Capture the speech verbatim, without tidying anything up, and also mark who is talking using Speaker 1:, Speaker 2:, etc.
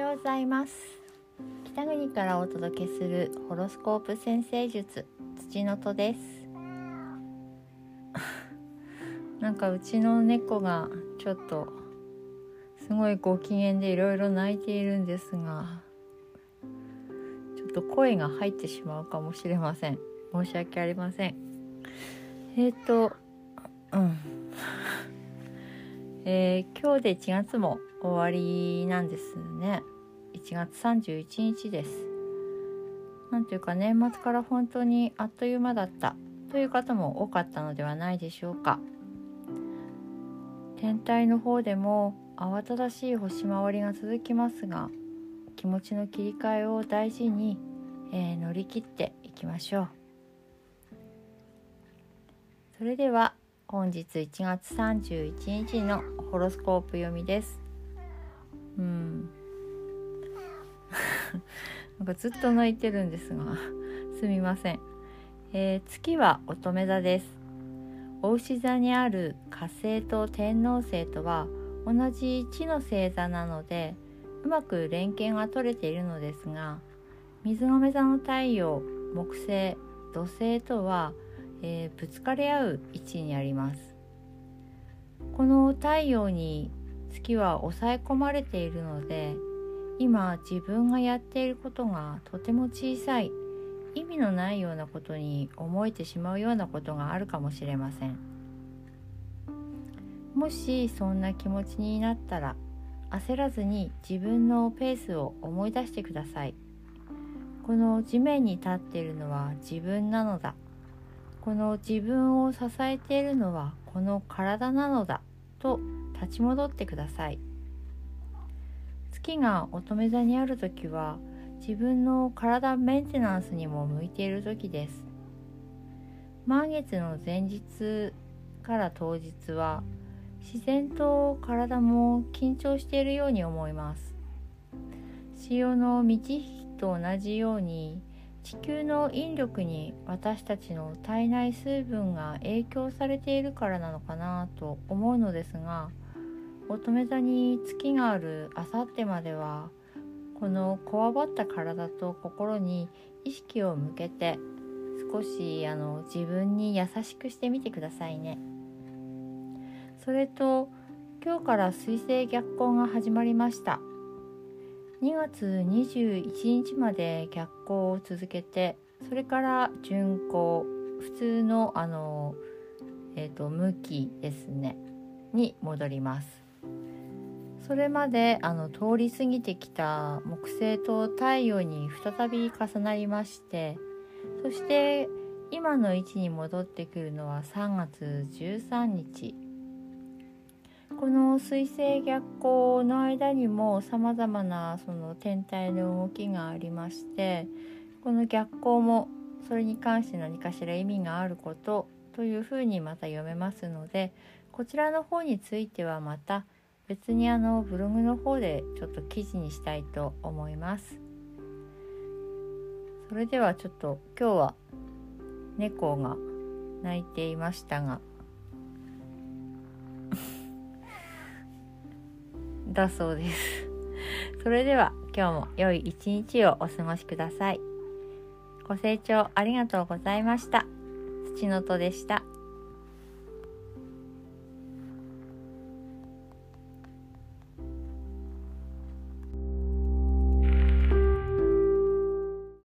Speaker 1: ようございます。北国からお届けするホロスコープ占星術、土の戸です。なんかうちの猫がちょっとすごいご機嫌でいろいろ泣いているんですが、ちょっと声が入ってしまうかもしれません。申し訳ありません。えっ、ー、とうんえー、今日でいちがつも終わりなんですね。いちがつさんじゅういちにちです。なんというか年末から本当にあっという間だったという方も多かったのではないでしょうか。天体の方でも慌ただしい星回りが続きますが、気持ちの切り替えを大事に、えー、乗り切っていきましょう。それでは本日いちがつさんじゅういちにちのホロスコープ読みです。うんなんかずっと泣いてるんですがすみません。えー、月は乙女座です。牡牛座にある火星と天王星とは同じ地の星座なので、うまく連携が取れているのですが、水亀座の太陽、木星、土星とは、えー、ぶつかり合う位置にあります。この太陽に月は抑え込まれているので、今自分がやっていることがとても小さい、意味のないようなことに思えてしまうようなことがあるかもしれません。もしそんな気持ちになったら、焦らずに自分のペースを思い出してください。この地面に立っているのは自分なのだ。この自分を支えているのはこの体なのだと立ち戻ってください。月が乙女座にあるときは自分の体メンテナンスにも向いているときです。満月の前日から当日は自然と体も緊張しているように思います。潮の満ち引きと同じように、地球の引力に私たちの体内水分が影響されているからなのかなと思うのですが、乙女座に月があるあさってまでは、このこわばった体と心に意識を向けて、少しあの自分に優しくしてみてくださいね。それと今日から水星逆行が始まりました。にがつにじゅういちにちまで逆行を続けて、それから順行、普通のあの、えーと、向きですねに戻ります。それまであの通り過ぎてきた木星と太陽に再び重なりまして、そして今の位置に戻ってくるのはさんがつじゅうさんにち。この水星逆行の間にもさまざまなその天体の動きがありまして、この逆行もそれに関して何かしら意味があることというふうにまた読めますので、こちらの方についてはまた別にあのブログの方でちょっと記事にしたいと思います。それではちょっと今日は猫が鳴いていましたがだそうです。それでは今日も良い一日をお過ごしください。ご清聴ありがとうございました。土の戸でした。